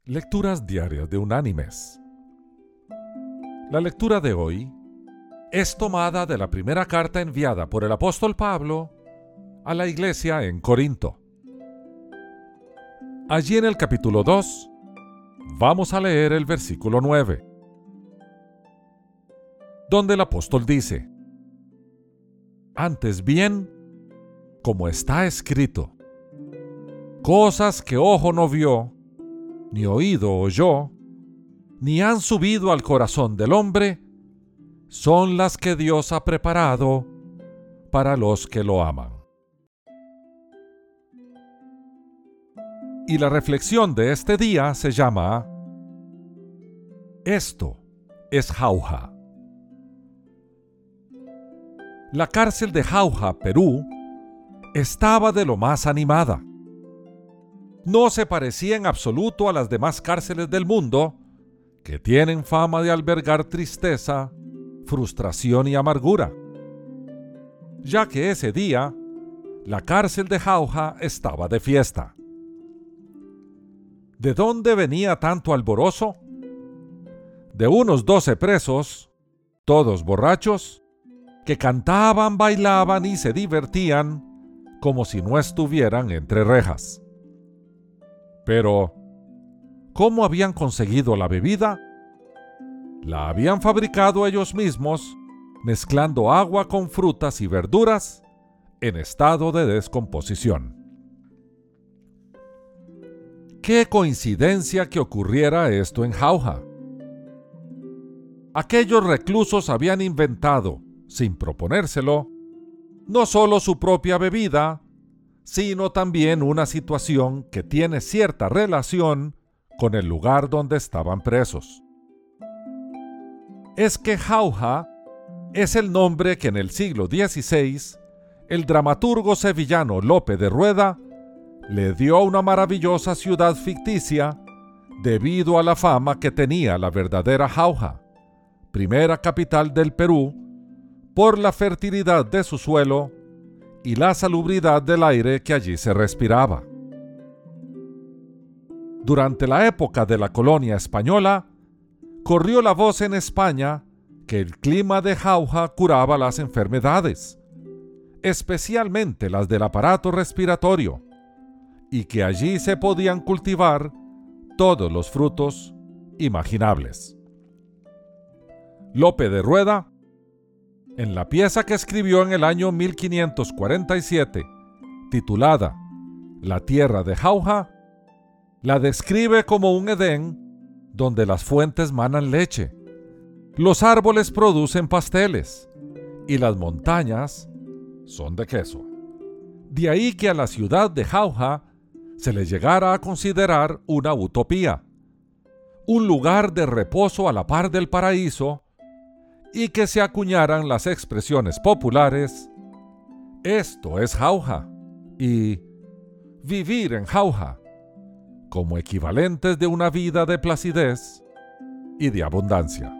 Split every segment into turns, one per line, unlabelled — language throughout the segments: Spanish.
Lecturas diarias de Unánimes. La lectura de hoy es tomada de la primera carta enviada por el apóstol Pablo a la iglesia en Corinto. Allí en el capítulo 2 vamos a leer el versículo 9, donde el apóstol dice: Antes bien, como está escrito, cosas que ojo no vio, ni oído oyó, ni han subido al corazón del hombre, son las que Dios ha preparado para los que lo aman. Y la reflexión de este día se llama Esto es Jauja. La cárcel de Jauja, Perú, estaba de lo más animada. No se parecía en absoluto a las demás cárceles del mundo, que tienen fama de albergar tristeza, frustración y amargura, ya que ese día la cárcel de Jauja estaba de fiesta. ¿De dónde venía tanto alborozo? De unos 12 presos, todos borrachos, que cantaban, bailaban y se divertían como si no estuvieran entre rejas. Pero, ¿cómo habían conseguido la bebida? La habían fabricado ellos mismos, mezclando agua con frutas y verduras en estado de descomposición. ¡Qué coincidencia que ocurriera esto en Jauja! Aquellos reclusos habían inventado, sin proponérselo, no solo su propia bebida, sino también una situación que tiene cierta relación con el lugar donde estaban presos. Es que Jauja es el nombre que en el siglo XVI el dramaturgo sevillano Lope de Rueda le dio a una maravillosa ciudad ficticia debido a la fama que tenía la verdadera Jauja, primera capital del Perú, por la fertilidad de su suelo y la salubridad del aire que allí se respiraba. Durante la época de la colonia española, corrió la voz en España que el clima de Jauja curaba las enfermedades, especialmente las del aparato respiratorio, y que allí se podían cultivar todos los frutos imaginables. Lope de Rueda, en la pieza que escribió en el año 1547, titulada La tierra de Jauja, la describe como un Edén donde las fuentes manan leche, los árboles producen pasteles y las montañas son de queso. De ahí que a la ciudad de Jauja se le llegara a considerar una utopía, un lugar de reposo a la par del paraíso, y que se acuñaran las expresiones populares «esto es Jauja» y «vivir en Jauja» como equivalentes de una vida de placidez y de abundancia.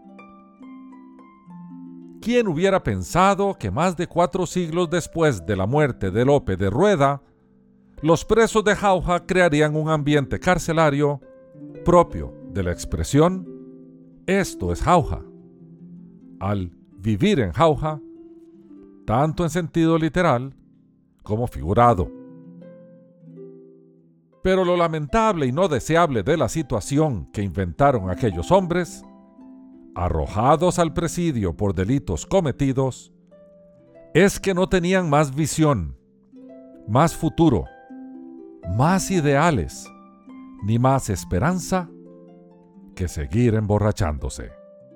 ¿Quién hubiera pensado que más de 4 siglos después de la muerte de Lope de Rueda, los presos de Jauja crearían un ambiente carcelario propio de la expresión «esto es Jauja», al vivir en Jauja, tanto en sentido literal como figurado? Pero lo lamentable y no deseable de la situación que inventaron aquellos hombres, arrojados al presidio por delitos cometidos, es que no tenían más visión, más futuro, más ideales, ni más esperanza que seguir emborrachándose.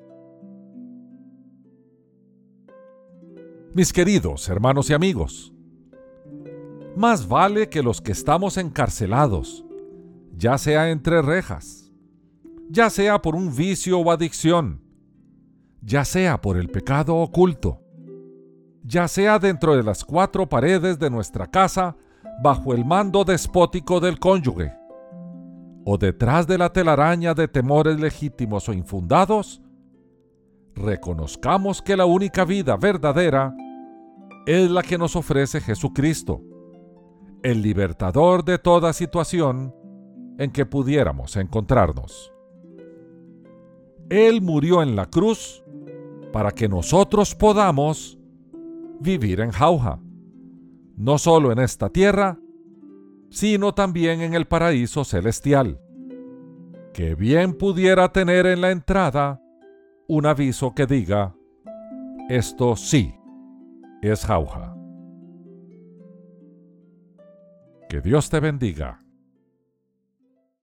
Mis queridos hermanos y amigos, más vale que los que estamos encarcelados, ya sea entre rejas, ya sea por un vicio o adicción, ya sea por el pecado oculto, ya sea dentro de las 4 paredes de nuestra casa bajo el mando despótico del cónyuge, o detrás de la telaraña de temores legítimos o infundados, reconozcamos que la única vida verdadera es la que nos ofrece Jesucristo, el libertador de toda situación en que pudiéramos encontrarnos. Él murió en la cruz para que nosotros podamos vivir en jauja, no solo en esta tierra, sino también en el paraíso celestial, que bien pudiera tener en la entrada un aviso que diga: esto sí es jauja. Que Dios te bendiga.